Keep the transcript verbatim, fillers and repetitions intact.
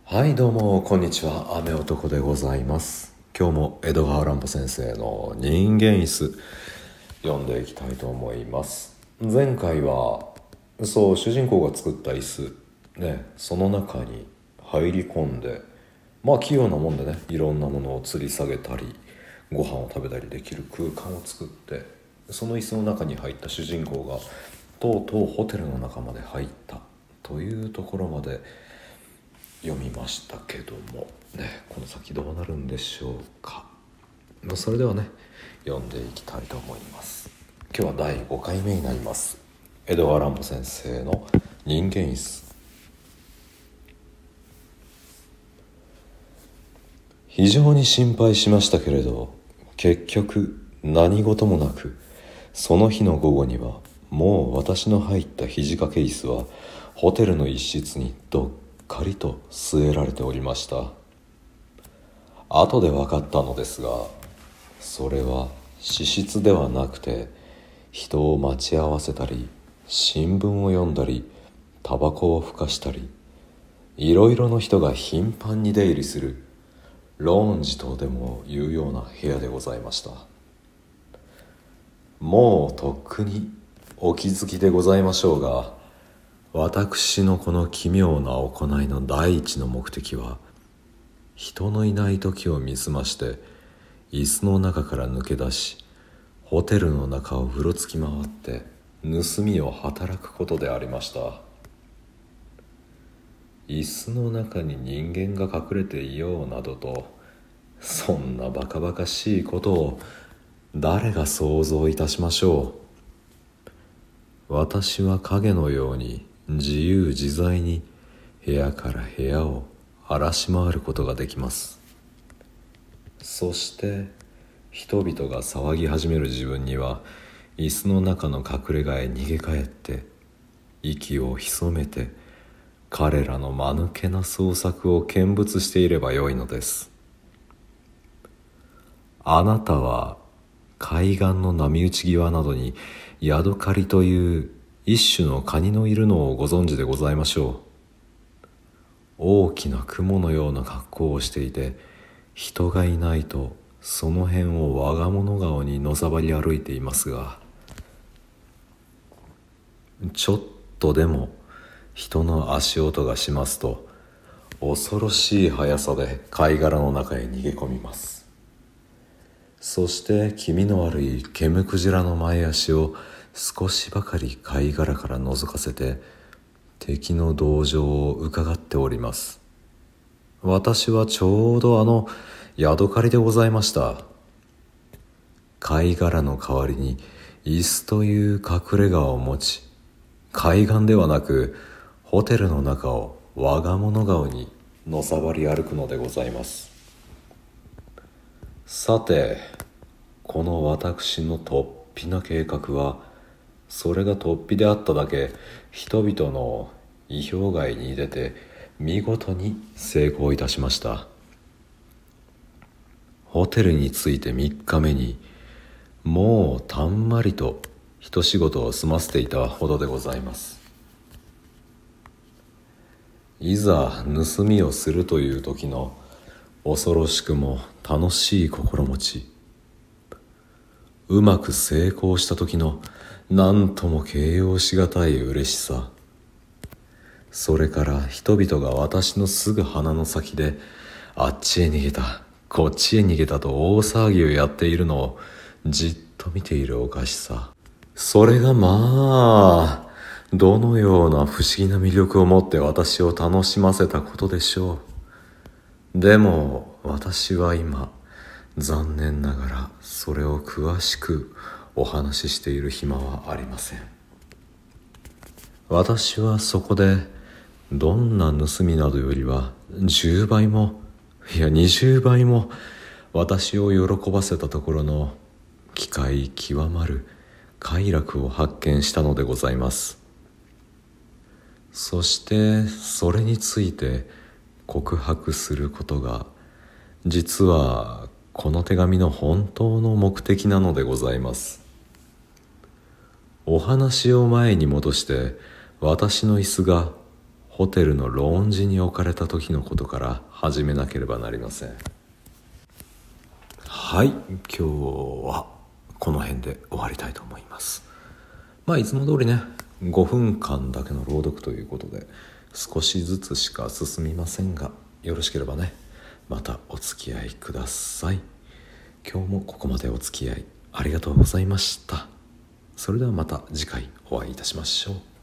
はいどうもこんにちは、雨男でございます。今日も江戸川乱歩先生の人間椅子読んでいきたいと思います。前回はそう主人公が作った椅子ね、その中に入り込んで、まあ器用なもんでね、いろんなものを吊り下げたりご飯を食べたりできる空間を作って、その椅子の中に入った主人公がとうとうホテルの中まで入ったというところまで読みましたけどもね、この先どうなるんでしょうか。それではね、読んでいきたいと思います。今日はだいごかいめになります。江戸川乱歩先生の人間椅子。非常に心配しましたけれど、結局何事もなく、その日の午後にはもう私の入った肘掛け椅子はホテルの一室にどっかりと据えられておりました。後で分かったのですが、それは私室ではなくて、人を待ち合わせたり新聞を読んだりタバコをふかしたり、いろいろの人が頻繁に出入りするローンジとでもいうような部屋でございました。もうとっくにお気づきでございましょうが、私のこの奇妙な行いの第一の目的は、人のいない時を見すまして椅子の中から抜け出し、ホテルの中をうろつき回って盗みを働くことでありました。椅子の中に人間が隠れていようなどと、そんなバカバカしいことを誰が想像いたしましょう。私は影のように自由自在に部屋から部屋を荒らし回ることができます。そして人々が騒ぎ始める自分には、椅子の中の隠れ家へ逃げ帰って息を潜めて彼らの間抜けな創作を見物していればよいのです。あなたは海岸の波打ち際などにヤドカリという一種のカニのいるのをご存知でございましょう。大きな雲のような格好をしていて、人がいないとその辺を我が物顔にのさばり歩いていますが、ちょっとでも人の足音がしますと、恐ろしい速さで貝殻の中へ逃げ込みます。そして気味の悪いケムクジラの前足を少しばかり貝殻から覗かせて敵の同情を伺っております。私はちょうどあのヤドカリでございました。貝殻の代わりに椅子という隠れ家を持ち、海岸ではなくホテルの中を我が物顔にのさばり歩くのでございます。さて、この私の突飛な計画は、それが突飛であっただけ人々の意表外に出て見事に成功いたしました。ホテルに着いてみっかめに、もうたんまりと一仕事を済ませていたほどでございます。いざ盗みをするという時の恐ろしくも楽しい心持ち、うまく成功した時の何とも形容しがたい嬉しさ、それから人々が私のすぐ鼻の先であっちへ逃げたこっちへ逃げたと大騒ぎをやっているのをじっと見ているおかしさ、それがまあどのような不思議な魅力を持って私を楽しませたことでしょう。でも私は今残念ながらそれを詳しくお話ししている暇はありません。私はそこでどんな盗みなどよりはじゅうばいも、いやにじゅうばいも私を喜ばせたところの奇怪極まる快楽を発見したのでございます。そしてそれについて告白することが、実はこの手紙の本当の目的なのでございます。お話を前に戻して、私の椅子がホテルのローンジに置かれた時のことから始めなければなりません。はい、今日はこの辺で終わりたいと思います。まあいつも通りね、ごふんかんだけの朗読ということで少しずつしか進みませんが、よろしければね、またお付き合いください。今日もここまでお付き合いありがとうございました。それではまた次回お会いいたしましょう。